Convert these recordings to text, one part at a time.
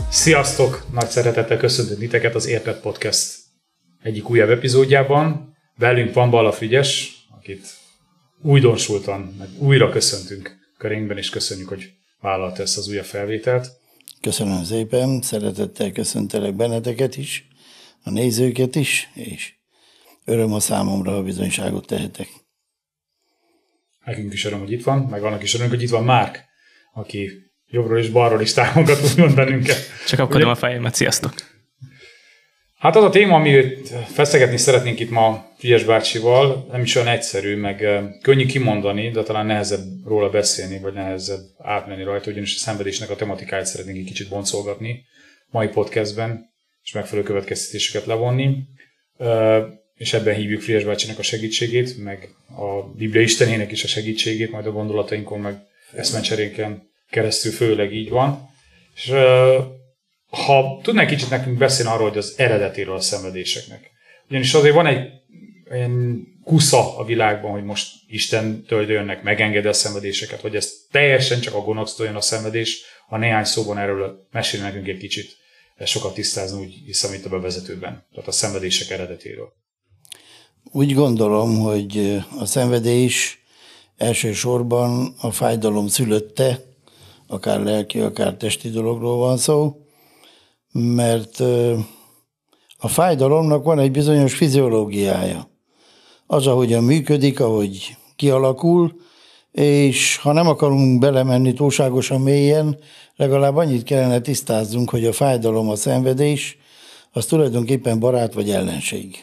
Sziasztok! Nagy szeretettel köszöntök titeket az Érted Podcast egyik újabb epizódjában. Velünk van Balla Frigyes, akit újdonsultan, meg újra köszöntünk körénkben, és köszönjük, hogy vállalta ezt az újabb felvételt. Köszönöm szépen, szeretettel köszöntelek benneteket is, a nézőket is, és öröm a számomra, ha bizonyságot tehetek. Nekünk is öröm, hogy itt van, meg annak is öröm, hogy itt van Márk, aki jobbról és balról is támogat úgymond bennünket. Csak akadom a fejemet, sziasztok! Hát az a téma, amit feszegetni szeretnénk itt ma Frigyes bácsival, nem is olyan egyszerű, meg könnyű kimondani, de talán nehezebb róla beszélni, vagy nehezebb átmenni rajta, ugyanis a szenvedésnek a tematikáját szeretnénk egy kicsit boncolgatni mai podcastben, és megfelelő következtetéseket levonni. És ebben hívjuk Frigyes bácsinak a segítségét, meg a Biblia Istenének is a segítségét, majd a gondolatainkon, meg eszmecserénken keresztül főleg így van. És ha tudnál kicsit nekünk beszélni arról, hogy az eredetéről a szenvedéseknek. Ugyanis azért van egy olyan kusza a világban, hogy most Istentől jönnek, megengedi a szenvedéseket, hogy ez teljesen csak a gonosztól jön a szenvedés. Ha néhány szóban erről mesél nekünk egy kicsit, ezt sokat tisztázni, úgy hiszem itt a bevezetőben, tehát a szenvedések eredetéről. Úgy gondolom, hogy a szenvedés elsősorban a fájdalom szülötte, akár lelki, akár testi dologról van szó, mert a fájdalomnak van egy bizonyos fiziológiája. Az, ahogyan működik, ahogy kialakul, és ha nem akarunk belemenni túlságosan mélyen, legalább annyit kellene tisztázzunk, hogy a fájdalom, a szenvedés, az tulajdonképpen barát vagy ellenség.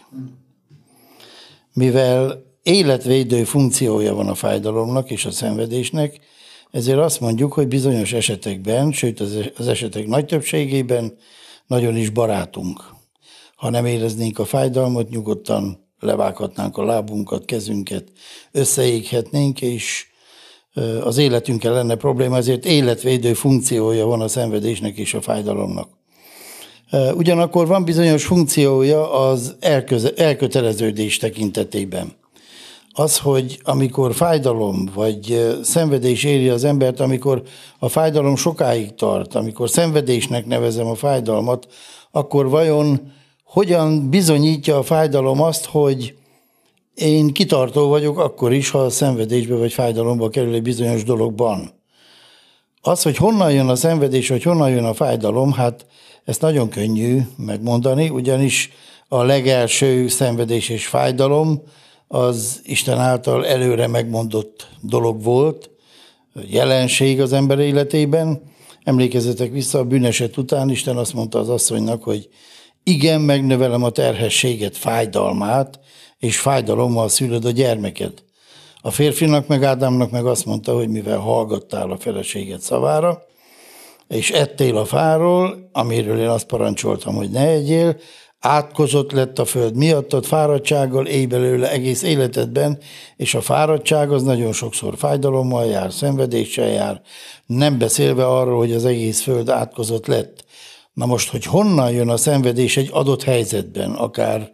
Mivel életvédő funkciója van a fájdalomnak és a szenvedésnek, ezért azt mondjuk, hogy bizonyos esetekben, sőt az esetek nagy többségében nagyon is barátunk. Ha nem éreznénk a fájdalmat, nyugodtan levághatnánk a lábunkat, kezünket, összeéghetnénk, és az életünkkel lenne probléma, ezért életvédő funkciója van a szenvedésnek és a fájdalomnak. Ugyanakkor van bizonyos funkciója az elköteleződés tekintetében. Az, hogy amikor fájdalom vagy szenvedés éri az embert, amikor a fájdalom sokáig tart, amikor szenvedésnek nevezem a fájdalmat, akkor vajon hogyan bizonyítja a fájdalom azt, hogy én kitartó vagyok akkor is, ha a szenvedésbe vagy fájdalomba kerül egy bizonyos dologban. Az, hogy honnan jön a szenvedés, vagy honnan jön a fájdalom, hát ezt nagyon könnyű megmondani, ugyanis a legelső szenvedés és fájdalom az Isten által előre megmondott dolog volt, jelenség az ember életében. Emlékezzetek vissza, a bűneset után Isten azt mondta az asszonynak, hogy igen, megnövelem a terhességet, fájdalmát, és fájdalommal szülöd a gyermeked. A férfinak meg Ádámnak meg azt mondta, hogy mivel hallgattál a feleséged szavára, és ettél a fáról, amiről én azt parancsoltam, hogy ne egyél, átkozott lett a föld miattad, fáradtsággal élj belőle egész életedben, és a fáradtság az nagyon sokszor fájdalommal jár, szenvedéssel jár, nem beszélve arról, hogy az egész föld átkozott lett. Na most, hogy honnan jön a szenvedés egy adott helyzetben, akár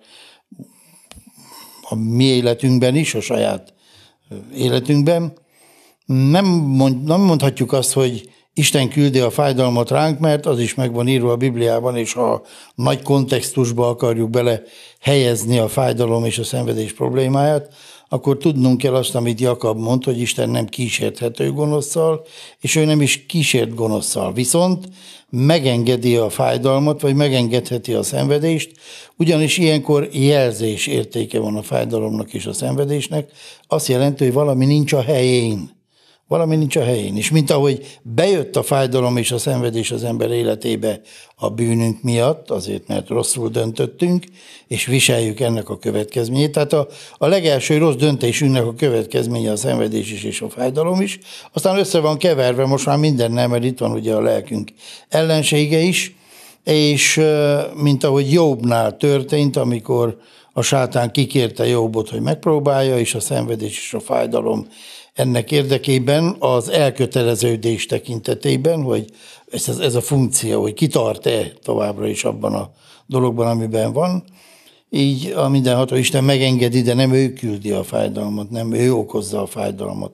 a mi életünkben is, a saját életünkben, nem mondhatjuk azt, hogy Isten küldi a fájdalmat ránk, mert az is meg van írva a Bibliában, és ha nagy kontextusba akarjuk bele helyezni a fájdalom és a szenvedés problémáját, akkor tudnunk kell azt, amit Jakab mond, hogy Isten nem kísérthető gonoszszal, és ő nem is kísért gonoszszal. Viszont megengedi a fájdalmat, vagy megengedheti a szenvedést, ugyanis ilyenkor jelzés értéke van a fájdalomnak és a szenvedésnek. Azt jelenti, hogy valami nincs a helyén. Valami nincs a helyén. És mint ahogy bejött a fájdalom és a szenvedés az ember életébe a bűnünk miatt, azért mert rosszul döntöttünk, és viseljük ennek a következményét. Tehát a legelső rossz döntésünknek a következménye a szenvedés is és a fájdalom is. Aztán össze van keverve most már mindennel, mert itt van ugye a lelkünk ellensége is, és mint ahogy Jobbnál történt, amikor a sátán kikérte Jobbot, hogy megpróbálja, és a szenvedés és a fájdalom ennek érdekében az elköteleződés tekintetében, hogy ez a funkció, hogy kitart-e továbbra is abban a dologban, amiben van, így a mindenható Isten megengedi, de nem ő küldi a fájdalmat, nem ő okozza a fájdalmat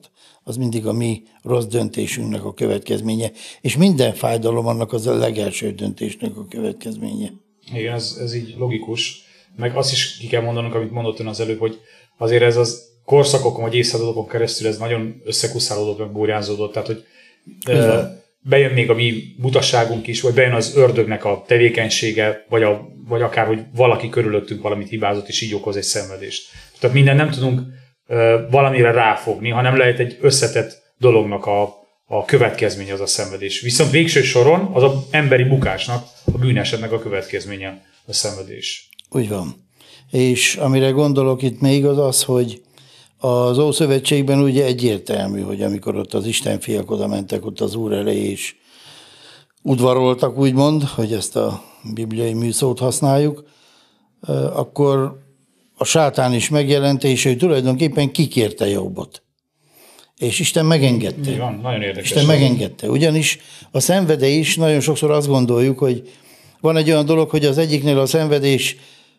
az mindig a mi rossz döntésünknek a következménye, és minden fájdalom annak az a legelső döntésnek a következménye. Igen, ez így logikus. Meg azt is ki kell mondanunk, amit mondott ön az előbb, hogy azért ez az korszakokon vagy évszázadokon keresztül ez nagyon összekuszálódott, meg búrjánzódott, tehát hogy bejön még a mi butasságunk is, vagy bejön az ördögnek a tevékenysége, vagy akár, hogy valaki körülöttünk valamit hibázott, és így okoz egy szenvedést. Tehát minden nem tudunk valamire ráfogni, hanem lehet egy összetett dolognak a következménye az a szenvedés. Viszont végső soron az az emberi bukásnak, a bűnesetnek a következménye a szenvedés. Úgy van. És amire gondolok itt még az, hogy az Ószövetségben ugye egyértelmű, hogy amikor ott az istenfiak oda mentek ott az Úr elé, és udvaroltak, úgymond, hogy ezt a bibliai műszót használjuk, akkor a sátán is megjelent, és ő tulajdonképpen kikérte Jobbot. És Isten megengedte. Van, nagyon érdekes. Isten megengedte. Ugyanis a szenvedés, nagyon sokszor azt gondoljuk, hogy van egy olyan dolog, hogy az egyiknél a szenvedés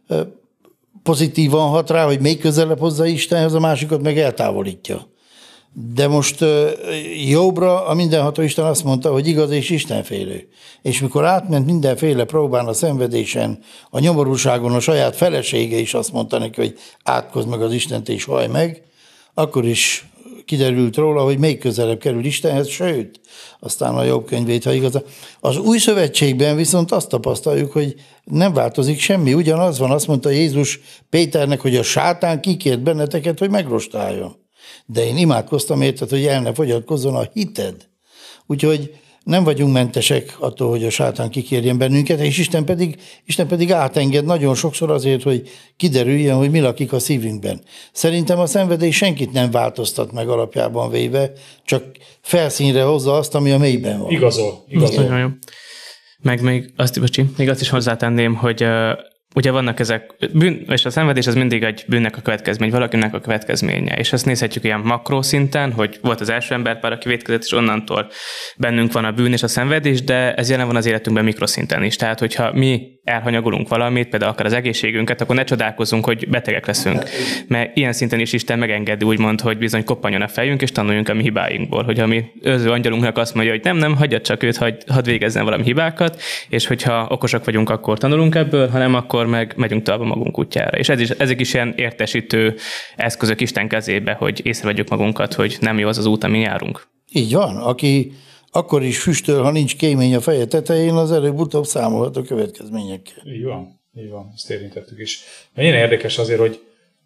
pozitívan hat rá, hogy még közelebb hozza Istenhez, a másikat meg eltávolítja. De most Jobbra a mindenható Isten azt mondta, hogy igaz és istenfélő. És mikor átment mindenféle próbán, a szenvedésen, a nyomorúságon, a saját felesége is azt mondta neki, hogy átkozd meg az Istent és hajj meg, akkor is kiderült róla, hogy még közelebb kerül Istenhez, sőt, aztán a Jobb könyvét, ha igaz. Az Új Szövetségben viszont azt tapasztaljuk, hogy nem változik semmi, ugyanaz van, azt mondta Jézus Péternek, hogy a sátán kikért benneteket, hogy megrostáljon. De én imádkoztam érted, hogy el ne fogyatkozzon a hited. Úgyhogy nem vagyunk mentesek attól, hogy a sátán kikérjen bennünket, és Isten pedig átenged nagyon sokszor azért, hogy kiderüljön, hogy mi lakik a szívünkben. Szerintem a szenvedés senkit nem változtat meg alapjában véve, csak felszínre hozza azt, ami a mélyben van. Igazol. Nagyon jó. Meg még azt is hozzátenném, hogy ugye vannak ezek, és a szenvedés az mindig egy bűnnek a következmény, valakinek a következménye. És ezt nézhetjük ilyen makroszinten, hogy volt az első emberpár, aki vétkezett, és onnantól bennünk van a bűn és a szenvedés, de ez jelen van az életünkben mikroszinten is. Tehát, hogyha mi elhanyagolunk valamit, például akár az egészségünket, akkor ne csodálkozzunk, hogy betegek leszünk. Mert ilyen szinten is Isten megengedi, úgymond, hogy bizony koppanjon a fejünk, és tanuljunk a mi hibáinkból. Hogyha mi őrző angyalunknak azt mondja, hogy nem, hagyjad csak őt, hadd végezzen valami hibákat, és hogyha okosak vagyunk, akkor tanulunk ebből, hanem akkor meg megyünk tovább a magunk útjára. És ezek is ilyen értesítő eszközök Isten kezébe, hogy észrevegyük magunkat, hogy nem jó az út, amin járunk. Így van. Aki akkor is füstöl, ha nincs kémény a feje tetején, az előbb-utóbb számolhat a következményekkel. Így van, ezt érintettük is. Nagyon érdekes azért, hogy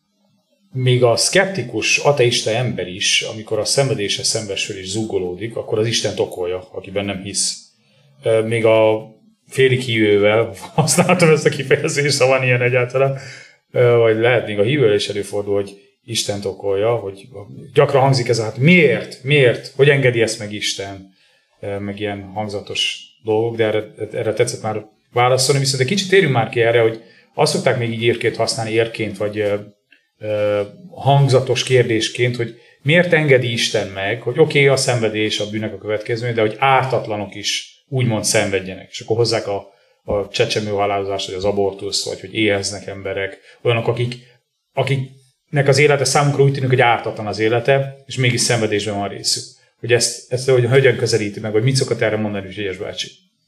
még a szkeptikus, ateista ember is, amikor a szenvedése szembesül és zúgolódik, akkor az Istent okolja, akiben nem hisz. Még a félig hívővel, használtam ezt a kifejezést, ha van ilyen egyáltalán, vagy lehet még a hívővel is előfordul, hogy Istent okolja, hogy gyakran hangzik ez, hát miért, hogy engedi ezt meg Isten, meg ilyen hangzatos dolgok, de erre tetszett már válaszolni, viszont egy kicsit térjünk már ki erre, hogy azt szokták még így érként használni, érként, vagy hangzatos kérdésként, hogy miért engedi Isten meg, hogy oké, a szenvedés a bűnnek a következmény, de hogy ártatlanok is úgymond szenvedjenek. És akkor hozzák a csecsemőhalálozást, vagy az abortusz, vagy hogy éheznek emberek, olyanok, akiknek az élete számunkra úgy tűnik, hogy ártatlan az élete, és mégis szenvedésben van részük. Hogy ezt hogy hogyan közelíti meg, vagy mit szokott erre mondani, Zsíjas bácsi?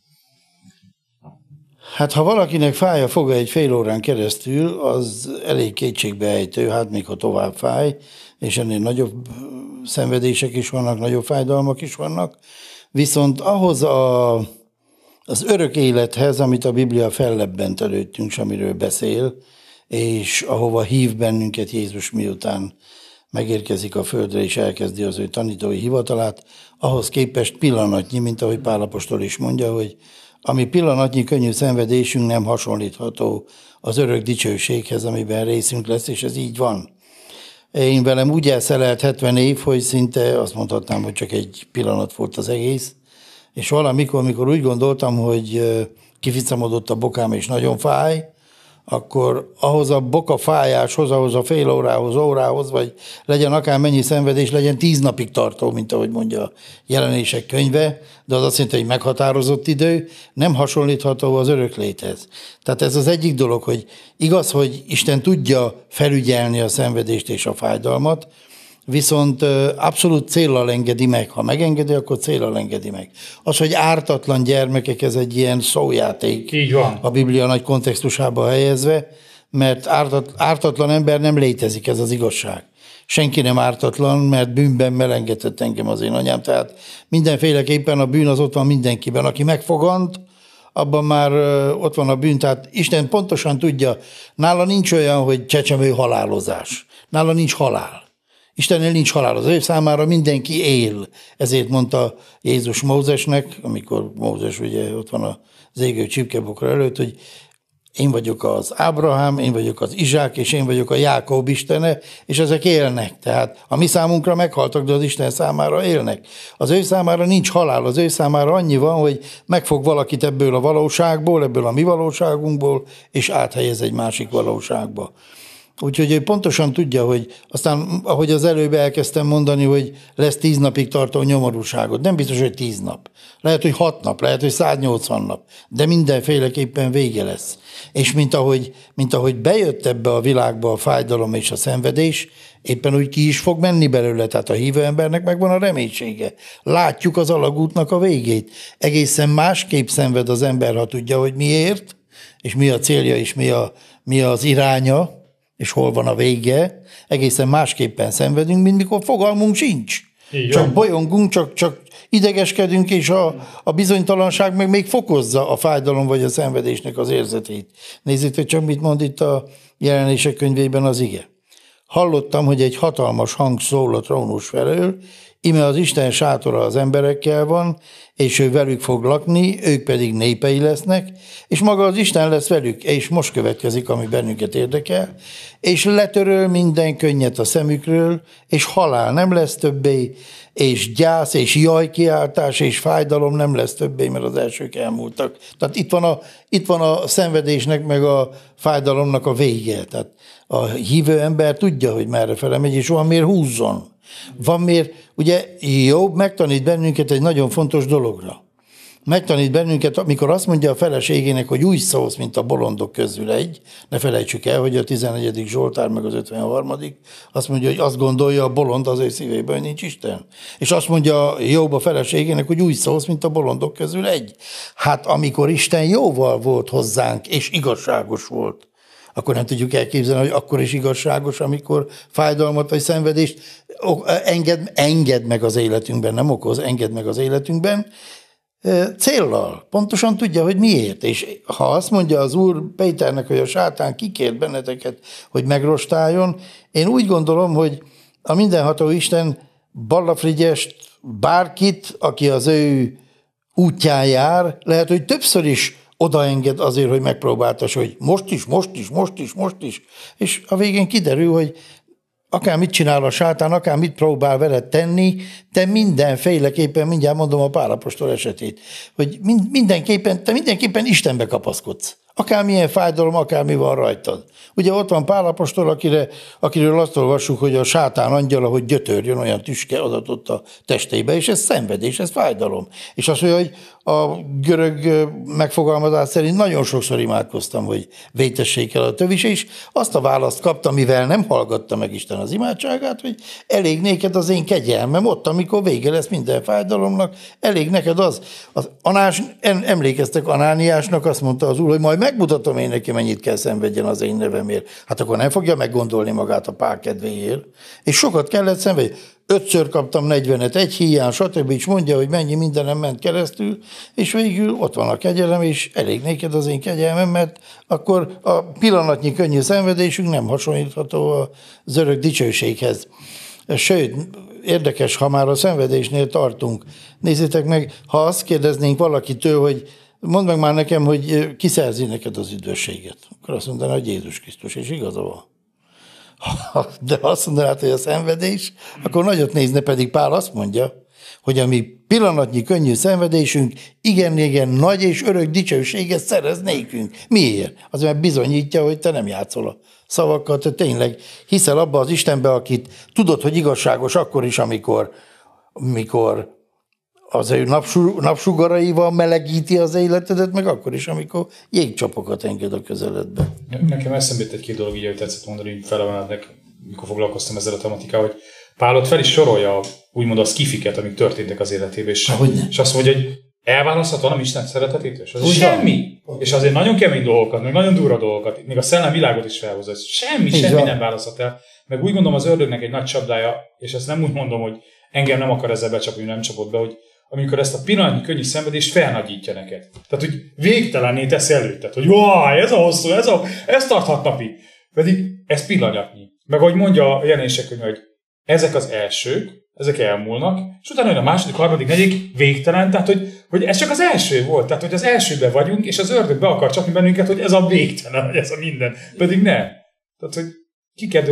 Hát ha valakinek fáj a foga egy fél órán keresztül, az elég kétségbeejtő, hát még ha tovább fáj, és ennél nagyobb szenvedések is vannak, nagyobb fájdalmak is vannak. Viszont ahhoz az örök élethez, amit a Biblia fellebbent előttünk, és amiről beszél, és ahova hív bennünket Jézus, miután megérkezik a földre, és elkezdi az ő tanítói hivatalát, ahhoz képest pillanatnyi, mint ahogy Pál apostol is mondja, hogy ami pillanatnyi könnyű szenvedésünk nem hasonlítható az örök dicsőséghez, amiben részünk lesz, és ez így van. Én velem úgy elszelelt 70 év, hogy szinte azt mondhatnám, hogy csak egy pillanat volt az egész, és valamikor, amikor úgy gondoltam, hogy kificamodott a bokám, és nagyon fáj, akkor ahhoz a boka fájáshoz, ahhoz a fél órához, vagy legyen akármennyi szenvedés, legyen 10 napig tartó, mint ahogy mondja a Jelenések könyve, de az azt jelenti, hogy meghatározott idő, nem hasonlítható az örök léthez. Tehát ez az egyik dolog, hogy igaz, hogy Isten tudja felügyelni a szenvedést és a fájdalmat, viszont abszolút céllal engedi meg. Ha megengedi, akkor céllal engedi meg. Az, hogy ártatlan gyermekek, ez egy ilyen szójáték. Így van. A Biblia nagy kontextusába helyezve, mert ártatlan ember nem létezik, ez az igazság. Senki nem ártatlan, mert bűnben melengedett engem az én anyám. Tehát mindenféleképpen a bűn az ott van mindenkiben. Aki megfogant, abban már ott van a bűn. Tehát Isten pontosan tudja, nála nincs olyan, hogy csecsemő halálozás. Nála nincs halál. Istennél nincs halál. Az ő számára mindenki él. Ezért mondta Jézus Mózesnek, amikor Mózes ugye ott van az égő csipkebokra előtt, hogy én vagyok az Ábrahám, én vagyok az Izsák, és én vagyok a Jákob istene, és ezek élnek. Tehát a mi számunkra meghaltak, de az Isten számára élnek. Az ő számára nincs halál, az ő számára annyi van, hogy megfog valakit ebből a valóságból, ebből a mi valóságunkból, és áthelyez egy másik valóságba. Úgyhogy ő pontosan tudja, hogy aztán, ahogy az előbb elkezdtem mondani, hogy lesz 10 napig tartó nyomorúságot. Nem biztos, hogy 10 nap. Lehet, hogy 6 nap, lehet, hogy 180 nap. De mindenféleképpen vége lesz. És mint ahogy bejött ebbe a világba a fájdalom és a szenvedés, éppen úgy ki is fog menni belőle. Tehát a hívő embernek megvan a reménysége. Látjuk az alagútnak a végét. Egészen másképp szenved az ember, ha tudja, hogy miért, és mi a célja, és mi az iránya, és hol van a vége, egészen másképpen szenvedünk, mint mikor fogalmunk sincs. Csak bolyongunk, csak idegeskedünk, és a bizonytalanság meg még fokozza a fájdalom vagy a szenvedésnek az érzetét. Nézzétek csak, mit mond itt a Jelenések könyvében az ige. Hallottam, hogy egy hatalmas hang szól a trónus felől, ime az Isten sátora az emberekkel van, és ő velük fog lakni, ők pedig népei lesznek, és maga az Isten lesz velük, és most következik, ami bennünket érdekel, és letöröl minden könnyet a szemükről, és halál nem lesz többé, és gyász, és jajkiáltás, és fájdalom nem lesz többé, mert az elsők elmúltak. Tehát itt van a szenvedésnek, meg a fájdalomnak a vége. Tehát a hívő ember tudja, hogy merre fele megy, és van miért húzzon. Van miért, ugye Jobb megtanít bennünket egy nagyon fontos dologra. Megtanít bennünket, amikor azt mondja a feleségének, hogy úgy szólsz, mint a bolondok közül egy, ne felejtsük el, hogy a 14. Zsoltár meg az 53. azt mondja, hogy azt gondolja a bolond az ő szívében, hogy nincs Isten. És azt mondja Jobb a feleségének, hogy úgy szólsz, mint a bolondok közül egy. Hát amikor Isten jóval volt hozzánk, és igazságos volt, akkor nem tudjuk elképzelni, hogy akkor is igazságos, amikor fájdalmat vagy szenvedést enged meg az életünkben, nem okoz, enged meg az életünkben, céllal. Pontosan tudja, hogy miért. És ha azt mondja az Úr Péternek, hogy a sátán kikért benneteket, hogy megrostáljon, én úgy gondolom, hogy a mindenható Isten Ballafrigyest, bárkit, aki az ő útján jár, lehet, hogy többször is odaenged azért, hogy megpróbáltas, hogy most is, és a végén kiderül, hogy akár mit csinál a sátán, akár mit próbál veled tenni, te mindenféleképpen, mindjárt mondom a Pál apostol esetét, hogy te mindenképpen Istenbe kapaszkodsz. Akármilyen fájdalom, akármi van rajtad. Ugye ott van Pál apostol, akiről azt olvassuk, hogy a sátán angyala, hogy gyötörjön, olyan tüske adatott a testébe, és ez szenvedés, ez fájdalom. És azt mondja, hogy a görög megfogalmazás szerint nagyon sokszor imádkoztam, hogy vétessék el a tövis, és azt a választ kaptam, mivel nem hallgatta meg Isten az imádságát, hogy elég néked az én kegyelmem ott, amikor vége lesz minden fájdalomnak, elég neked az. Emlékeztek Anániásnak, azt mondta az Úr, hogy majd megmutatom én neki, mennyit kell szenvedjen az én nevemért. Hát akkor nem fogja meggondolni magát a Pál kedvéért. És sokat kellett szenvedni. 5-ször kaptam 40-et, egy híján, stb. És mondja, hogy mennyi mindenem ment keresztül, és végül ott van a kegyelem, és elég néked az én kegyelmem, mert akkor a pillanatnyi könnyű szenvedésünk nem hasonlítható az örök dicsőséghez. Sőt, érdekes, ha már a szenvedésnél tartunk. Nézzétek meg, ha azt kérdeznénk valakitől, hogy mondd meg már nekem, hogy ki szerzi neked az üdvösséget. Akkor azt mondaná, hogy Jézus Krisztus, és igaza van. De ha azt mondanád, hogy a szenvedés, akkor nagyot nézne, pedig Pál azt mondja, hogy a mi pillanatnyi könnyű szenvedésünk igen nagy és örök dicsőséget szerez nékünk. Miért? Azért, mert bizonyítja, hogy te nem játszol a szavakkal, te tényleg hiszel abba az Istenbe, akit tudod, hogy igazságos akkor is, amikor az ő napsugaraival melegíti az életedet, meg akkor is, amikor jégcsapokat enged a közeledbe. Nekem eszembe jut egy-két dolog, így, hogy tetszett mondani, felemelnek, mikor foglalkoztam ezzel a tematikával, hogy Pál ott fel is sorolja úgymond a szkifiket, amik történtek az életében, és azt mondja, hogy elválaszthatatlan Isten szeretetétől? Az semmi. És azért nagyon kemény dolgokat, meg nagyon durva dolgokat, még a szellem világot is felhozza. Semmi nem választhat el. Meg úgy gondolom az ördögnek egy nagy csapdája, és ezt nem úgy mondom, hogy engem nem akar ezzel becsapni, nem csapott be, hogy amikor ezt a pillanatnyi könnyű szenvedést felnagyítja neked. Tehát, hogy végtelenné teszi előtted, hogy ez a hosszú, ez tarthat napig. Pedig ez pillanatnyi. Meg ahogy mondja a jelenések könyve, hogy ezek az elsők, ezek elmúlnak, és utána jön a második, harmadik, negyedik végtelen, tehát hogy ez csak az első volt, tehát hogy az elsőben vagyunk, és az ördög be akar csapni bennünket, hogy ez a végtelen, hogy ez a minden. Pedig nem. Tehát, hogy ki kell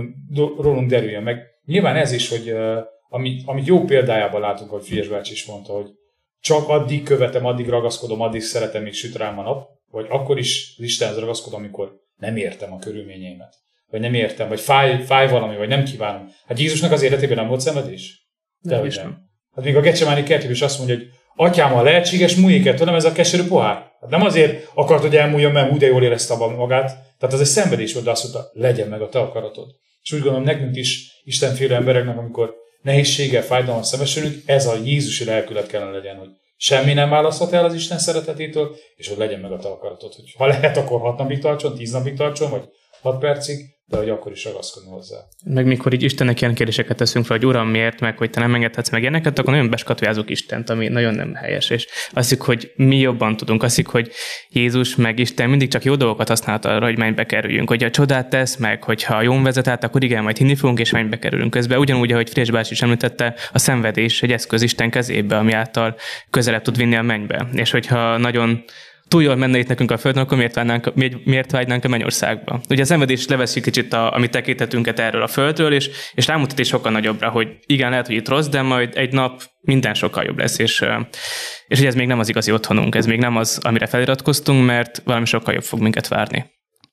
rólunk derüljön meg. Nyilván ez is, hogy amit jó példájában látunk, hogy Frigyes bácsi is mondta, hogy csak addig követem, addig ragaszkodom, addig szeretem, még süt rám a nap, vagy akkor is az Istenhez ragaszkodom, amikor nem értem a körülményeimet. Vagy nem értem, vagy fáj valami, vagy nem kívánom. Hát Jézusnak az életében nem volt szenvedés? Nem is nem. Hát még a Getsemáni kertében is azt mondja, hogy atyám, a lehetséges, múljék el tőlem ez a keserű pohár. Hát nem azért akart, hogy elmúljon, mert de jól érezte abban magát. Tehát az egy szenvedés volt, de azt mondta, legyen meg a te akaratod. És úgy gondolom, nekünk is, istenfélő embereknek, amikor nehézséggel, fájdalommal szembesülünk, ez a jézusi lelkület kellene legyen, hogy semmi nem választhat el az Isten szeretetétől, és hogy legyen meg a te akaratod. Hogy ha lehet, akkor 6 napig tartson, 10 napig tartson, vagy 6 percig, de hogy akkor is ragaszkodni hozzá. Meg mikor így Istennek ilyen kérdéseket teszünk fel, hogy Uram, miért, meg hogy te nem engedhetsz meg ilyeneket, akkor nagyon beskatujázunk Istent, ami nagyon nem helyes. És azt hiszük, hogy mi jobban tudunk, azt hiszük, hogy Jézus meg Isten mindig csak jó dolgokat használta arra, hogy mennybe kerüljünk. Hogyha csodát tesz, meg hogyha jól vezet át, akkor igen, majd hinni fogunk, és mennybe kerülünk közben. Ugyanúgy, ahogy Frigyes bácsi is említette, a szenvedés egy eszköz Isten kezébe, ami által közelebb tud vinni a mennybe. És hogyha nagyon túl jól menne itt nekünk a földön, akkor miért vágynánk a mennyországba? Ugye a szenvedés leveszi kicsit a mi tekintetünket erről a földről, és rámutat is sokkal nagyobbra, hogy igen, lehet, hogy itt rossz, de majd egy nap minden sokkal jobb lesz, és hogy ez még nem az igazi otthonunk, ez még nem az, amire feliratkoztunk, mert valami sokkal jobb fog minket várni.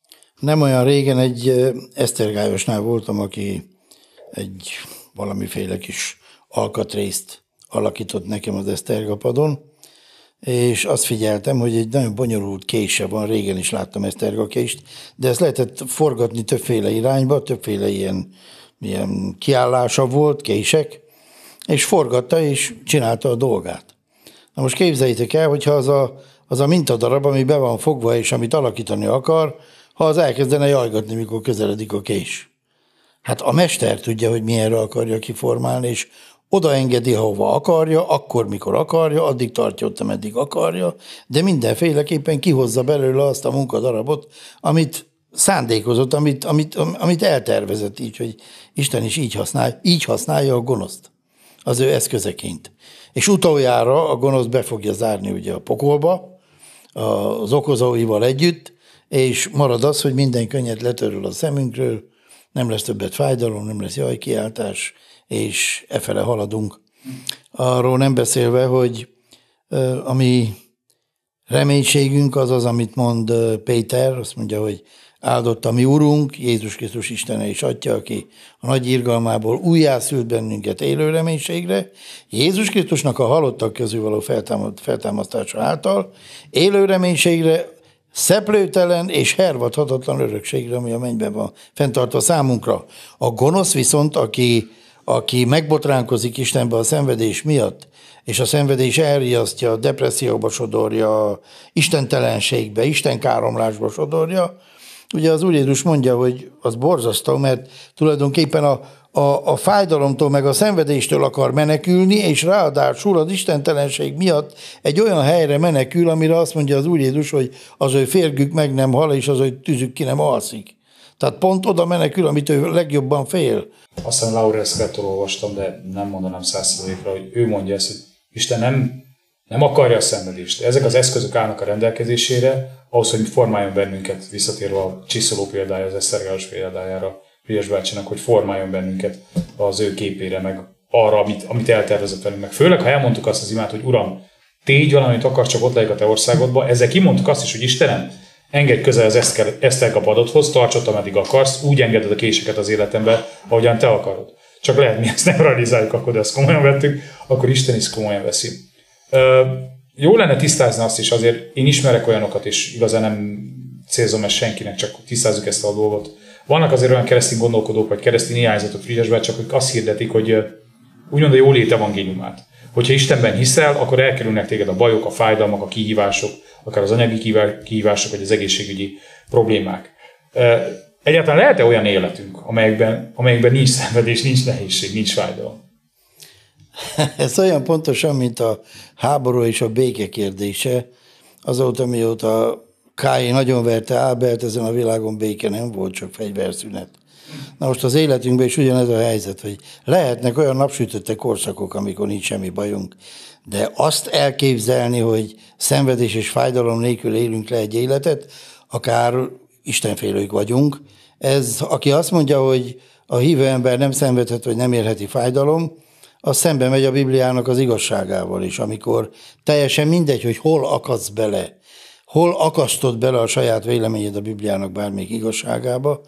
Nem olyan régen egy esztergályosnál voltam, aki egy valamiféle kis alkatrészt alakított nekem az esztergapadon, és azt figyeltem, hogy egy nagyon bonyolult kése van, régen is láttam esztergakést, de ezt lehetett forgatni többféle irányba, többféle ilyen kiállása volt, kések, és forgatta, és csinálta a dolgát. Na most képzeljétek el, hogyha az a mintadarab, ami be van fogva, és amit alakítani akar, ha az elkezdene jajgatni, mikor közeledik a kés. Hát a mester tudja, hogy milyenre akarja kiformálni, és oda engedi, hova akarja, akkor, mikor akarja, addig tartja ott, ameddig akarja, de mindenféleképpen kihozza belőle azt a munkadarabot, amit szándékozott, amit eltervezett így, hogy Isten is így használja a gonoszt az ő eszközeként. És utoljára a gonosz be fogja zárni ugye a pokolba, az okozóival együtt, és marad az, hogy minden könnyet letörül a szemünkről, nem lesz többet fájdalom, nem lesz jajkiáltás, és efele haladunk. Arról nem beszélve, hogy a mi reménységünk az az, amit mond Péter, azt mondja, hogy áldott a mi Urunk, Jézus Krisztus Istene és Atya, aki a nagy irgalmából újjászült bennünket élő reménységre, Jézus Krisztusnak a halottak közül való feltámasztása által élő reménységre, szeplőtelen és hervadhatatlan örökségre, ami a mennyben van fenntartva számunkra. A gonosz viszont, aki megbotránkozik Istenbe a szenvedés miatt, és a szenvedés elriasztja, depresszióba sodorja, istentelenségbe, istenkáromlásba sodorja, ugye az Úr Jézus mondja, hogy az borzasztó, mert tulajdonképpen a fájdalomtól meg a szenvedéstől akar menekülni, és ráadásul az istentelenség miatt egy olyan helyre menekül, amire azt mondja az Úr Jézus, hogy az ő férgük meg nem hal, és az ő tüzük ki nem alszik. Tehát pont oda menekül, amit ő legjobban fél. Azt hiszem Laurel Scott-tól olvastam, de nem mondanám 100%-ra, hogy ő mondja ezt, hogy Isten nem akarja a szenvedést. Ezek az eszközök állnak a rendelkezésére, ahhoz, hogy formáljon bennünket, visszatérve a csiszoló példája, az esztergályos példájára, Frigyes bácsinak, hogy formáljon bennünket az ő képére, meg arra, amit eltervezett velünk. Meg főleg, ha elmondtuk azt az imát, hogy Uram, tégy valamit akar, csak ott legyek a te országodba, ezzel kimondtuk azt is, hogy Istenem, engedj közel az esztergapadodhoz, tarts ott, ameddig akarsz, úgy engeded a késeket az életembe, ahogyan te akarod. Csak lehet, mi ezt nem realizáljuk, akkor de ezt komolyan vettük, akkor Isten is komolyan veszi. Jó lenne tisztázni azt is, azért én ismerek olyanokat, és igazán nem célzom ezt senkinek, csak tisztázzuk ezt a dolgot, vannak azért olyan keresztény gondolkodók, vagy keresztény irányzatok Frigyesbácsiak, akik azt hirdetik, hogy úgymond a jólét evangéliumát. Hogyha Istenben hiszel, akkor elkerülnek téged a bajok, a fájdalmak, a kihívások, akár az anyagi kihívások, vagy az egészségügyi problémák. Egyáltalán lehet-e olyan életünk, amelyekben nincs szenvedés, nincs nehézség, nincs fájdalom? Ez olyan pontosan, mint a háború és a béke kérdése. Azóta, mióta Káin nagyon verte Ábelt, ezen a világon béke nem volt, csak fegyverszünet. Na most az életünkben is ugyanez a helyzet, hogy lehetnek olyan napsütötte korszakok, amikor nincs semmi bajunk, de azt elképzelni, hogy szenvedés és fájdalom nélkül élünk le egy életet, akár istenfélők vagyunk. Ez, aki azt mondja, hogy a hívő ember nem szenvedhet, vagy nem érheti fájdalom, az szembe megy a Bibliának az igazságával is, amikor teljesen mindegy, hogy hol akadsz bele, hol akasztod bele a saját véleményed a Bibliának bármelyik igazságába,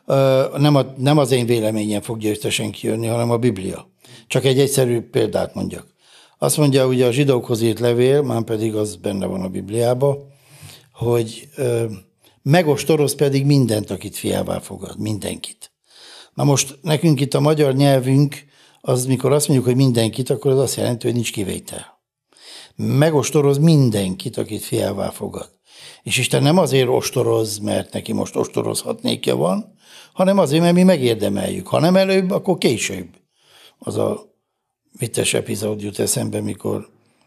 nem az én véleményem fog győztesen kijönni, hanem a Biblia. Csak egy egyszerű példát mondjak. Azt mondja ugye a zsidókhoz írt levél, már pedig az benne van a Bibliában, hogy megostoroz pedig mindent, akit fiává fogad, mindenkit. Na most nekünk itt a magyar nyelvünk, az mikor azt mondjuk, hogy mindenkit, akkor az azt jelenti, hogy nincs kivétel. Megostoroz mindenkit, akit fiává fogad. És Isten nem azért ostoroz, mert neki most ostorozhatnékja van, hanem azért, mert mi megérdemeljük. Ha nem előbb, akkor később. Az a vicces epizód jut eszembe, mikor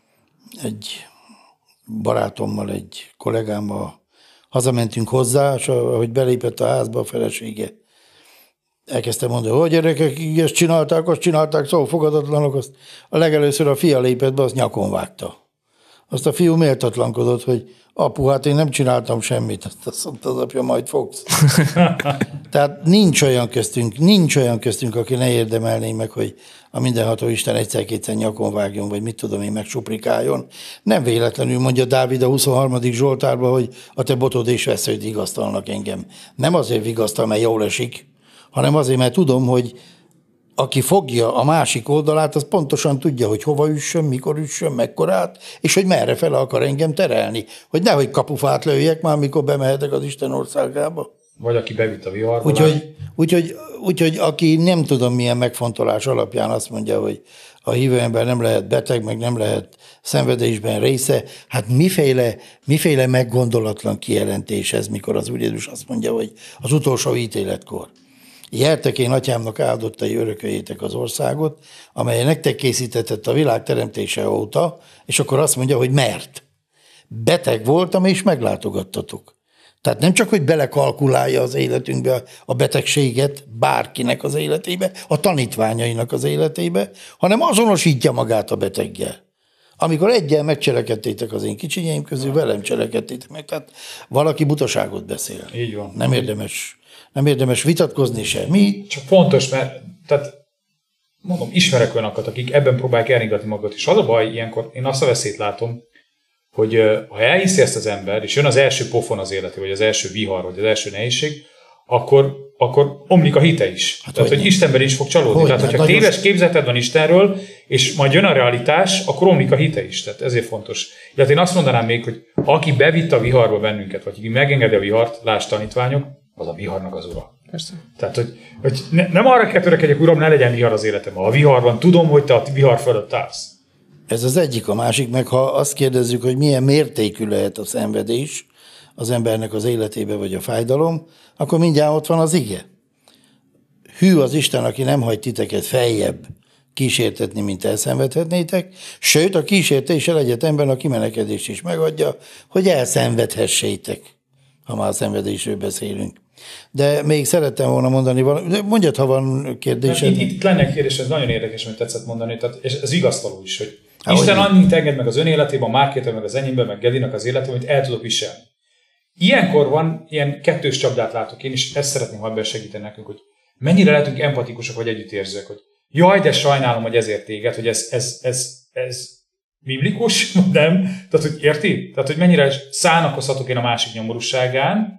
egy barátommal, egy kollégámmal hazamentünk hozzá, és ahogy belépett a házba a felesége, elkezdte mondani, hogy gyerekek, ezt csinálták, azt csinálták, szóval fogadatlanok, azt a legelőször a fia lépett be, azt nyakon vágta. Azt a fiú méltatlankodott, hogy apu, hát én nem csináltam semmit, azt mondta az apja, majd fogsz. Tehát nincs olyan köztünk, aki ne érdemelné meg, hogy a mindenható Isten egyszer-kétszer nyakon vágjon, vagy mit tudom én, megsuprikáljon. Nem véletlenül mondja Dávid a 23. Zsoltárban, hogy a te botod és vesződ vigasztalnak engem. Nem azért vigasztal, mert jól esik, hanem azért, mert tudom, hogy aki fogja a másik oldalát, az pontosan tudja, hogy hova üssön, mikor üssön, mekkorát, és hogy merre fele akar engem terelni. Hogy nehogy kapufát lőjek már, mikor bemehetek az Isten országába. Vagy aki bevitt a viharba. Úgyhogy aki nem tudom milyen megfontolás alapján azt mondja, hogy a hívő ember nem lehet beteg, meg nem lehet szenvedésben része, hát miféle meggondolatlan kijelentés ez, mikor az Úr Jézus azt mondja, hogy az utolsó ítéletkor. Jertek én atyámnak áldottai, örököljétek az országot, amely nektek készítetett a világ teremtése óta, és akkor azt mondja, hogy mert. Beteg voltam, és meglátogattatok. Tehát nem csak, hogy belekalkulálja az életünkbe a betegséget, bárkinek az életébe, a tanítványainak az életébe, hanem azonosítja magát a beteggel. Amikor egyel megcselekedtétek az én kicsinyeim közül, velem cselekedtétek meg. Tehát valaki butaságot beszél. Így van. Nem érdemes vitatkozni semmi. Csak fontos, mert tehát mondom, ismerek olyanokat, akik ebben próbálják elringatni magukat. És az a baj, ilyenkor én azt a veszélyt látom, hogy ha elhiszi ezt az ember, és jön az első pofon az élete, vagy az első vihar, vagy az első nehézség, akkor omlik a hite is. Hát tehát, hogy Istenben is fog csalódni. Tehát, hogyha téves képzeted van Istenről, és majd jön a realitás, akkor omlik a hite is. Tehát ezért fontos. Illetve én azt mondanám még, hogy aki bevitt a viharba bennünket, vagy aki megengedi a vihart, lásd tanítványok, az a viharnak az ura. Persze. Tehát, hogy nem arra kell törekedjek, uram, ne legyen vihar az életemben. Ha a vihar van, tudom, hogy te a vihar fölött állsz. Ez az egyik, a másik, meg ha azt kérdezzük, hogy milyen mértékű lehet a szenvedés az embernek az életébe, vagy a fájdalom, akkor mindjárt ott van az ige. Hű az Isten, aki nem hagy titeket feljebb kísértetni, mint elszenvedhetnétek, sőt, a kísértéssel egyetemben a kimenekedést is megadja, hogy elszenvedhessétek, ha már a szenvedésről beszélünk. De még szerettem volna mondani valamit. Mondjad, ha van kérdésed. Itt lenne egy kérdés, ez nagyon érdekes, amit tetszett mondani, tehát, és ez vigasztaló is, hogy Isten annyit enged meg az ön életében, a Márkétől, meg az enyémben, meg Gedinak az életében, amit el tudok viselni. Ilyenkor van, ilyen kettős csapdát látok én, és ezt szeretném, ha ebben segíteni nekünk, hogy mennyire lehetünk empatikusak, vagy együttérzőek, hogy jaj, de sajnálom, hogy ezért téged, hogy ez biblikus, nem? Tehát, hogy érti? Tehát, hogy mennyire szánakozhatok én a másik nyomorúságán,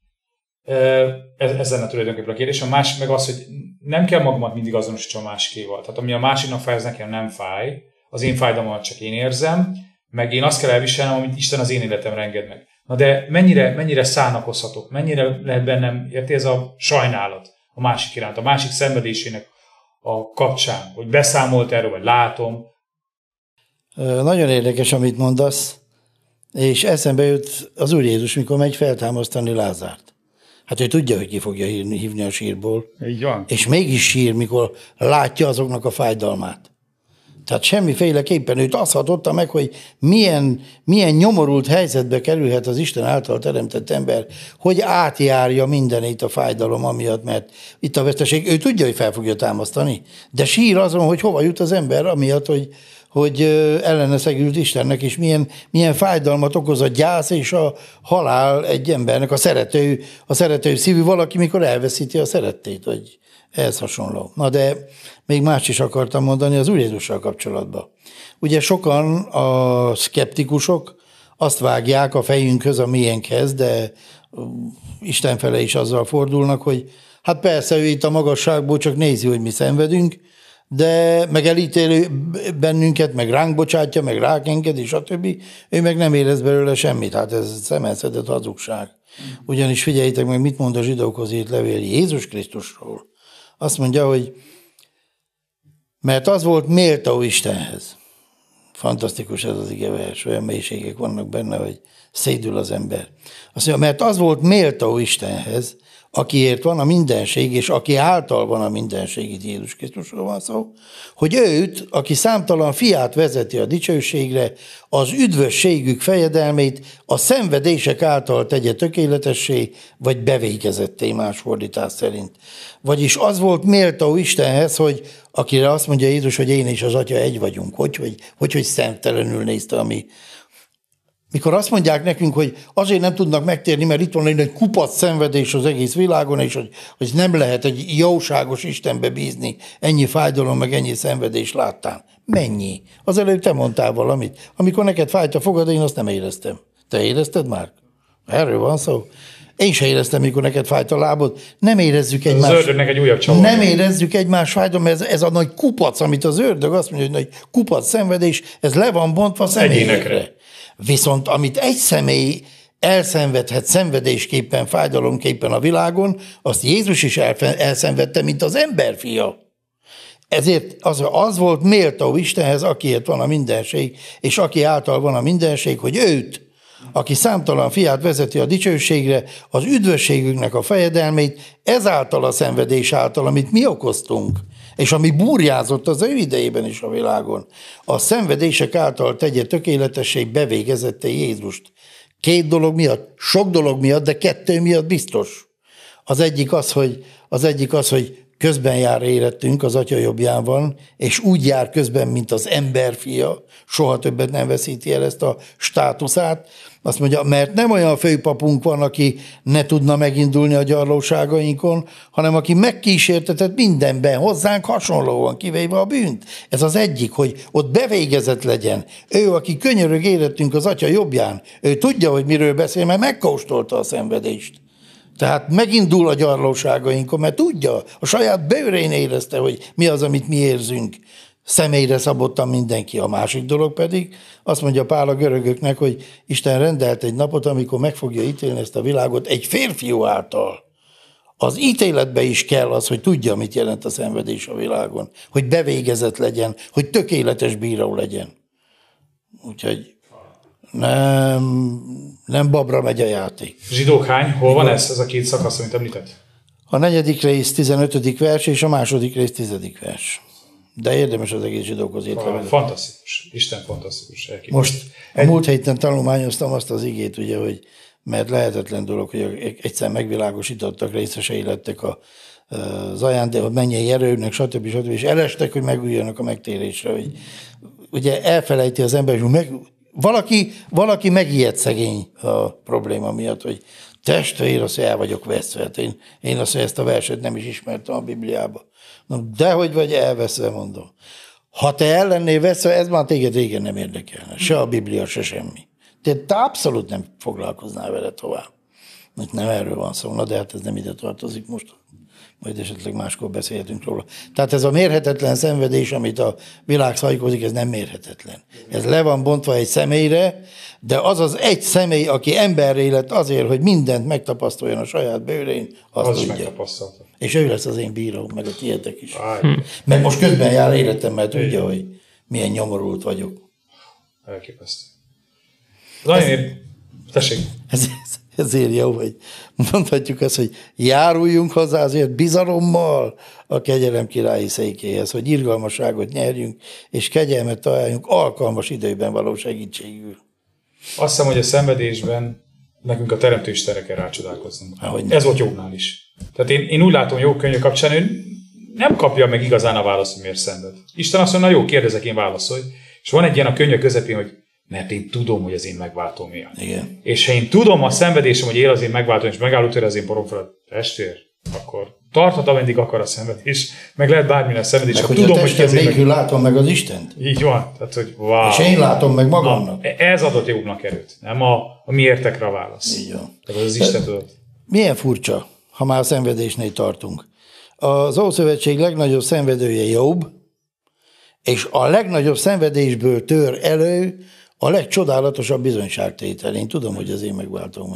ez lenne tulajdonképpen a kérdés. A másik meg az, hogy nem kell magamat mindig azonosítsam a másikéval. Tehát ami a másiknak fáj, az nekem nem fáj. Az én fájdalmamat csak én érzem, meg én azt kell elviselnem, amit Isten az én életemre enged meg. Na de mennyire szánakozhatok, mennyire lehet bennem, érti, ez a sajnálat a másik iránt, a másik szenvedésének a kapcsán, hogy beszámolt erről, vagy látom. Nagyon érdekes, amit mondasz, és eszembe jut az Úr Jézus, mikor megy feltámasztani Lázárt. Hát ő tudja, hogy ki fogja hívni a sírból. Így van. És mégis sír, mikor látja azoknak a fájdalmát. Tehát semmiféleképpen őt azt hatotta meg, hogy milyen nyomorult helyzetbe kerülhet az Isten által teremtett ember, hogy átjárja mindenét a fájdalom amiatt, mert itt a veszteség, ő tudja, hogy fel fogja támasztani, de sír azon, hogy hova jut az ember, amiatt, hogy ellene szegült Istennek, és milyen fájdalmat okoz a gyász és a halál egy embernek, a szerető szívű valaki, mikor elveszíti a szerettét, vagy ehhez hasonló. Na de még más is akartam mondani az Úr Jézussal kapcsolatban. Ugye sokan a szkeptikusok azt vágják a fejünkhöz, a miénkhez, de Isten fele is azzal fordulnak, hogy hát persze ő itt a magasságból csak nézi, hogy mi szenvedünk, de meg elítélő bennünket, meg ránk bocsátja, meg ránk engedi, stb. Ő meg nem érez belőle semmit. Hát ez szemelszedett hazugság. Ugyanis figyeljétek meg, mit mond a zsidókhoz írt levél Jézus Krisztusról. Azt mondja, hogy mert az volt méltó Istenhez. Fantasztikus ez az igevers, olyan mélységek vannak benne, hogy szédül az ember. Azt mondja, mert az volt méltó Istenhez, akiért van a mindenség, és aki által van a mindenség, itt Jézus Krisztusról van szó, hogy őt, aki számtalan fiát vezeti a dicsőségre, az üdvösségük fejedelmét a szenvedések által tegye tökéletessé, vagy bevégezetté más fordítás szerint. Vagyis az volt méltó Istenhez, hogy akire azt mondja Jézus, hogy én és az Atya egy vagyunk. Hogy szemtelenül nézte a mi. Mikor azt mondják nekünk, hogy azért nem tudnak megtérni, mert itt van egy kupac szenvedés az egész világon, és hogy nem lehet egy jóságos Istenbe bízni, ennyi fájdalom, meg ennyi szenvedés láttál. Mennyi? Az előbb te mondtál valamit. Amikor neked fájt a fogad, én azt nem éreztem. Te érezted már? Erről van szó. Én se éreztem, mikor neked fájt a lábod. Nem érezzük egymást. Az ördögnek egy újabb csavar. Nem érezzük egymás fájdalom, mert ez a nagy kupac, amit az ördög azt mondja, hogy nagy kupac szenvedés, ez le van bontva személyekre. Viszont amit egy személy elszenvedhet szenvedésképpen, fájdalomképpen a világon, azt Jézus is elszenvedte, mint az emberfia. Ezért az volt méltó Istenhez, akiért van a mindenség, és aki által van a mindenség, hogy őt, aki számtalan fiát vezeti a dicsőségre, az üdvösségünknek a fejedelmét, ezáltal a szenvedés által, amit mi okoztunk, és ami burjázott az ő idejében is a világon, a szenvedések által tegye tökéletessé, bevégezetté Jézust. 2 dolog miatt, sok dolog miatt, de 2 miatt biztos. Az egyik az, hogy közben jár érettünk, az Atya jobbján van, és úgy jár közben, mint az emberfia, soha többet nem veszíti el ezt a státuszát. Azt mondja, mert nem olyan főpapunk van, aki ne tudna megindulni a gyarlóságainkon, hanem aki megkísértetett mindenben, hozzánk hasonlóan, kivéve a bűnt. Ez az egyik, hogy ott bevégezett legyen. Ő, aki könyörög érettünk az Atya jobbján, ő tudja, hogy miről beszél, mert megkóstolta a szenvedést. Tehát megindul a gyarlóságainkon, mert tudja, a saját bőrén érezte, hogy mi az, amit mi érzünk. Személyre szabottan mindenki. A másik dolog pedig, azt mondja Pál a görögöknek, hogy Isten rendelt egy napot, amikor meg fogja ítélni ezt a világot egy férfiú által. Az ítéletbe is kell az, hogy tudja, mit jelent a szenvedés a világon. Hogy bevégezett legyen, hogy tökéletes bíró legyen. Úgyhogy nem babra megy a játék. Zsidók hány? Hol van ez a 2 szakasz, amit említett? A 4. rész 15. vers és a 2. rész 10. vers. De érdemes az egész zsidókhoz írt levelet. Fantasztikus. Isten fantasztikus. Most a múlt héten tanulmányoztam azt az igét, ugye, hogy mert lehetetlen dolog, hogy egyszer megvilágosítottak, részesei lettek az ajándék, mennyei erőnek, stb. És elestek, hogy megüljenek a megtérésre. Hogy ugye elfelejti az ember, hogy valaki megijed szegény a probléma miatt, hogy testvér, azt el vagyok veszve. Hát én azt, hogy ezt a verset nem is ismertem a Bibliába. Na, dehogy vagy elveszve, mondom. Ha te el lennél veszve, ez már téged régen nem érdekelne. Se a Biblia, se semmi. Te abszolút nem foglalkoznál vele tovább. Nem erről van szó, de hát ez nem ide tartozik most. majd esetleg máskor beszélhetünk róla. Tehát ez a mérhetetlen szenvedés, amit a világ szajkozik, ez nem mérhetetlen. Ez le van bontva egy személyre, de az az egy személy, aki emberré lett azért, hogy mindent megtapasztaljon a saját bőrén, az is megtapasztalta. És ő lesz az én bíróm, meg a tiétek is. Meg most közben jár életem, mert tudja, hogy milyen nyomorult vagyok. Elképesztő. Tessék. Ezért jó, hogy mondhatjuk azt, hogy járuljunk hozzá azért bizalommal a kegyelem királyi székéhez, hogy irgalmasságot nyerjünk, és kegyelmet találjunk alkalmas időben való segítségül. Azt hiszem, hogy a szenvedésben nekünk a Teremtő Istenre kell rácsodálkoznunk. Ez volt Jobbnál is. Tehát én úgy látom, Jobb könyve kapcsán, ő nem kapja meg igazán a választ, hogy miért szenved. Isten azt mondja, jó, kérdezek, én válaszolj. És van egy ilyen a könyve közepén, hogy mert én tudom, hogy az én megváltóm ilyen. Igen. És ha én tudom a szenvedésem, hogy él az én megváltóm, és megálló tőle az én porom felett, testvér, akkor tarthat, ameddig akar a szenvedés, meg lehet bármilyen szenvedés. Meg, hogy tudom, a testem nélkül látom meg az Istent. Így van. Tehát, hogy wow. És én látom meg magamnak. Ez adott Jobbnak erőt, nem a miértekre a válasz. Így van. Tehát az Isten tudott. Milyen furcsa, ha már a szenvedésnél tartunk. Az Ószövetség legnagyobb szenvedője Jobb, és a legnagyobb szenvedésből tör elő a legcsodálatosabb bizonyságtétel. Én tudom, hogy az én megváltom.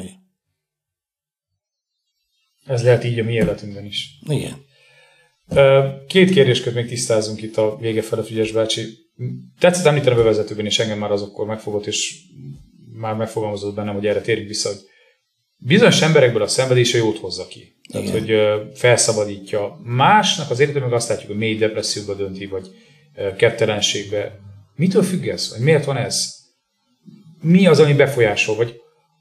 Ez lehet így a mi életünkben is. Igen. Két kérdéskört még tisztázunk itt a vége felett, Frigyes bácsi. Tetszett említeni a bevezetőben, és engem már azokkor megfogott, és már megfogalmazott bennem, hogy erre térjünk vissza, hogy bizonyos emberekből a szenvedése jót hozza ki. Tehát, igen, hogy felszabadítja. Másnak az életben meg azt látjuk, hogy mély depresszióba dönti, vagy kettelenségbe. Mitől függ ez? Vagy miért van ez? Mi az, ami befolyásol? Vagy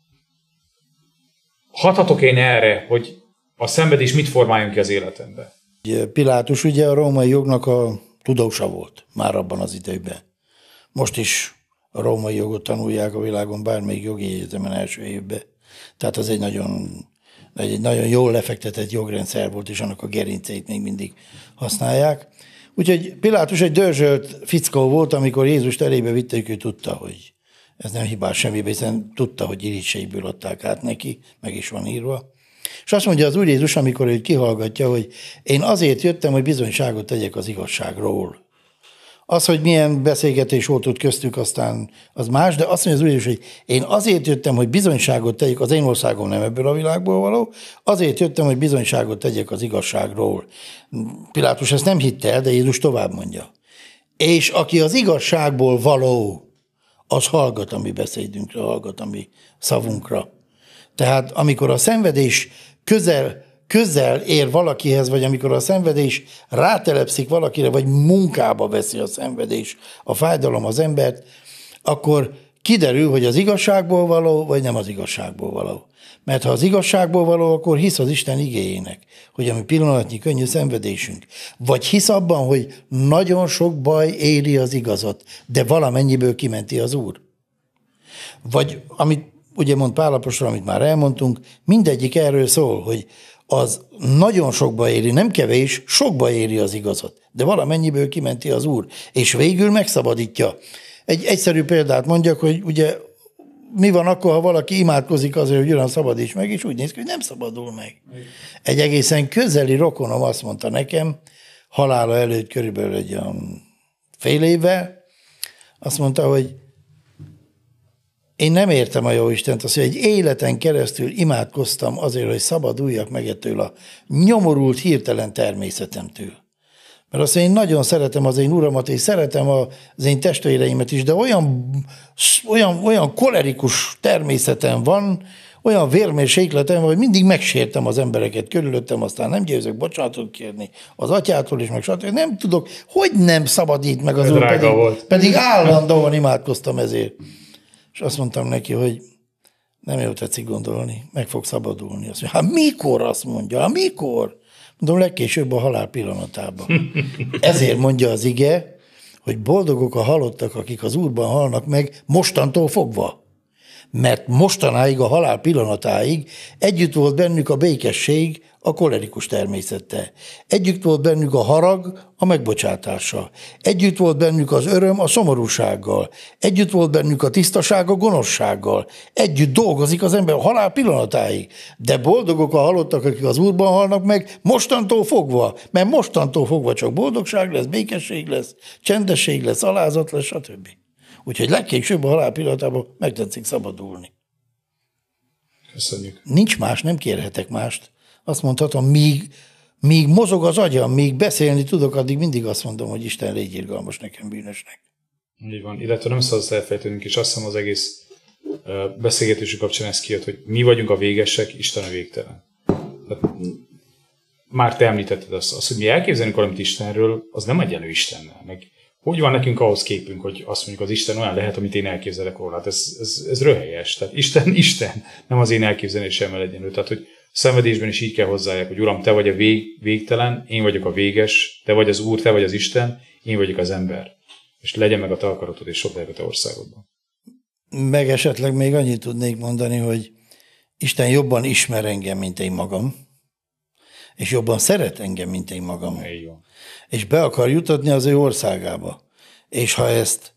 hathatok én erre, hogy a szenvedés mit formáljon ki az életembe? Pilátus ugye a római jognak a tudósa volt már abban az időben. Most is a római jogot tanulják a világon bármelyik jogi egyetemen első évben. Tehát az egy nagyon jól lefektetett jogrendszer volt, és annak a gerinceit még mindig használják. Úgyhogy Pilátus egy dörzsölt fickó volt, amikor Jézust elébe vitték, ő tudta, hogy ez nem hibás semmibe, hiszen tudta, hogy irítségből adták át neki, meg is van írva. És azt mondja az Úr Jézus, amikor őt kihallgatja, hogy én azért jöttem, hogy bizonyságot tegyek az igazságról. Az, hogy milyen beszélgetés volt ott köztük, aztán az más, de azt mondja az Úr Jézus, hogy én azért jöttem, hogy bizonyságot tegyek, az én országom nem ebből a világból való, azért jöttem, hogy bizonyságot tegyek az igazságról. Pilátus ezt nem hitte el, de Jézus tovább mondja. És aki az igazságból való, az hallgat a mi beszédünkre, hallgat a mi szavunkra. Tehát amikor a szenvedés közel ér valakihez, vagy amikor a szenvedés rátelepszik valakire, vagy munkába veszi a szenvedés, a fájdalom az embert, akkor kiderül, hogy az igazságból való, vagy nem az igazságból való. Mert ha az igazságból való, akkor hisz az Isten igéjének, hogy a mi pillanatnyi könnyű szenvedésünk. Vagy hisz abban, hogy nagyon sok baj éri az igazat, de valamennyiből kimenti az Úr. Vagy amit ugye mond Pál apostol, amit már elmondtunk, mindegyik erről szól, hogy az nagyon sokba éri, nem kevés, sokba éri az igazat, de valamennyiből kimenti az Úr, és végül megszabadítja. Egy egyszerű példát mondjak, hogy ugye mi van akkor, ha valaki imádkozik azért, hogy olyan szabadíts meg, és úgy néz ki, hogy nem szabadul meg. Egy egészen közeli rokonom azt mondta nekem, halála előtt körülbelül egy olyan fél évvel, azt mondta, hogy én nem értem a Jóistent, azt, hogy egy életen keresztül imádkoztam azért, hogy szabaduljak meg ettől a nyomorult, hirtelen természetemtől. Mert azt én nagyon szeretem az én uramat, és szeretem az én testvéreimet is, de olyan kolerikus természetem van, olyan vérmérsékletem van, hogy mindig megsértem az embereket körülöttem, aztán nem győzök bocsánatot kérni az atyától is, meg stb. Nem tudok, hogy nem szabadít meg az Úr, pedig állandóan imádkoztam ezért. És azt mondtam neki, hogy nem jó tetszik gondolni, meg fog szabadulni. Azt mondja, hát mikor, azt mondja, hát mikor? Mondom, legkésőbb a halál pillanatában. Ezért mondja az ige, hogy boldogok a halottak, akik az Úrban halnak meg mostantól fogva. Mert mostanáig, a halál pillanatáig együtt volt bennük a békesség a kolerikus természettel. Együtt volt bennük a harag a megbocsátással. Együtt volt bennük az öröm a szomorúsággal. Együtt volt bennük a tisztaság a gonoszsággal. Együtt dolgozik az ember a halál pillanatáig. De boldogok a halottak, akik az Úrban halnak meg, mostantól fogva. Mert mostantól fogva csak boldogság lesz, békesség lesz, csendesség lesz, alázat lesz, stb. Úgyhogy legkésőbb a halál pillanatában megtetszik szabadulni. Köszönjük. Nincs más, nem kérhetek mást. Azt mondhatom, míg mozog az agyam, míg beszélni tudok, addig mindig azt mondom, hogy Isten légy irgalmas nekem, bűnösnek. Így van. Illetve nem szabad azt elfejtenünk, és azt hiszem az egész beszélgetésük kapcsán ez kijött, hogy mi vagyunk a végesek, Isten a végtelen. Tehát, már te említetted azt, hogy mi elképzelünk valamit Istenről, az nem egyenlő Istennel. Meg hogy van nekünk ahhoz képünk, hogy azt mondjuk, az Isten olyan lehet, amit én elképzelek róla. Hát ez röhelyes. Tehát Isten, nem az én elképzelésemmel egyenlő. Tehát, hogy a szenvedésben is így kell hozzáják, hogy Uram, te vagy a végtelen, én vagyok a véges, te vagy az Úr, te vagy az Isten, én vagyok az ember. És legyen meg a te akaratod, és sok lehet a te országodban. Meg esetleg még annyit tudnék mondani, hogy Isten jobban ismer engem, mint én magam, és jobban szeret engem, mint én magam. És be akar jutatni az ő országába. És ha ezt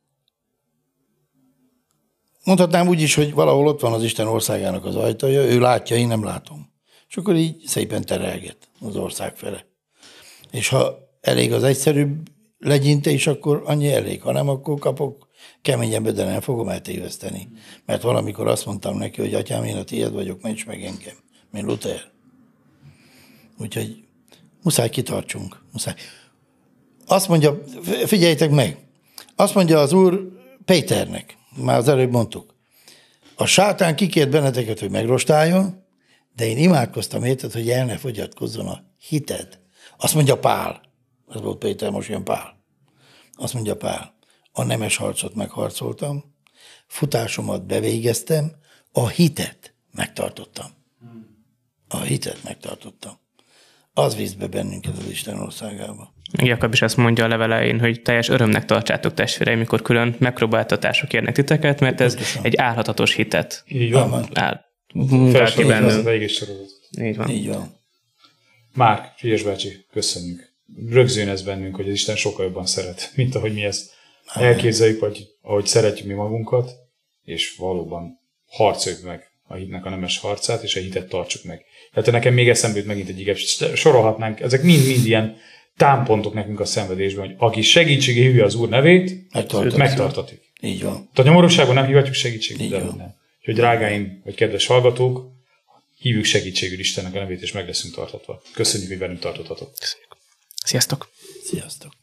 mondhatnám úgy is, hogy valahol ott van az Isten országának az ajtaja, ő látja, én nem látom. És akkor így szépen terelget az ország fele. És ha elég az egyszerűbb legyintés, akkor annyi elég. Ha nem, akkor kapok keményebb, de nem fogom eltéveszteni. Mert valamikor azt mondtam neki, hogy atyám, én a tiéd vagyok, ments meg engem, mint Luther. Úgyhogy muszáj kitartsunk. Muszáj. Azt mondja, figyeljétek meg, azt mondja az Úr Péternek, már az előbb mondtuk, a sátán kikért benneteket, hogy megrostáljon, de én imádkoztam érted, hogy el ne fogyatkozzon a hited. Azt mondja Pál, ez volt Péter, most jön Pál. Azt mondja Pál, a nemes harcot megharcoltam, futásomat bevégeztem, a hitet megtartottam. A hitet megtartottam. Az visz be bennünket az Isten országába. Jakab is azt mondja a levelein, hogy teljes örömnek tartsátok, testvéreim, mikor külön megpróbáltatások érnek titeket, mert ez egy állhatatos hitet. Így van. Így van. Így van. Márk, Frigyes bácsi, köszönjük. Rögzön ez bennünk, hogy az Isten sokkal jobban szeret, mint ahogy mi ezt elképzeljük, vagy ahogy szeretjük mi magunkat, és valóban harcoljuk meg a hitnek a nemes harcát, és a hitet tartsuk meg. Tehát nekem még eszembe jut megint egy sorolhatnánk, ezek mind ilyen támpontok nekünk a szenvedésben, hogy aki segítségé hívja az Úr nevét, őt megtartatik. Így van. Tehát a nyomorúságban nem hívhatjuk segítségül, de nem. Úgyhogy drágáim, vagy kedves hallgatók, hívjuk segítségül Istennek a nevét, és meg leszünk tartatva. Köszönjük, hogy velünk tartottatok. Sziasztok! Sziasztok!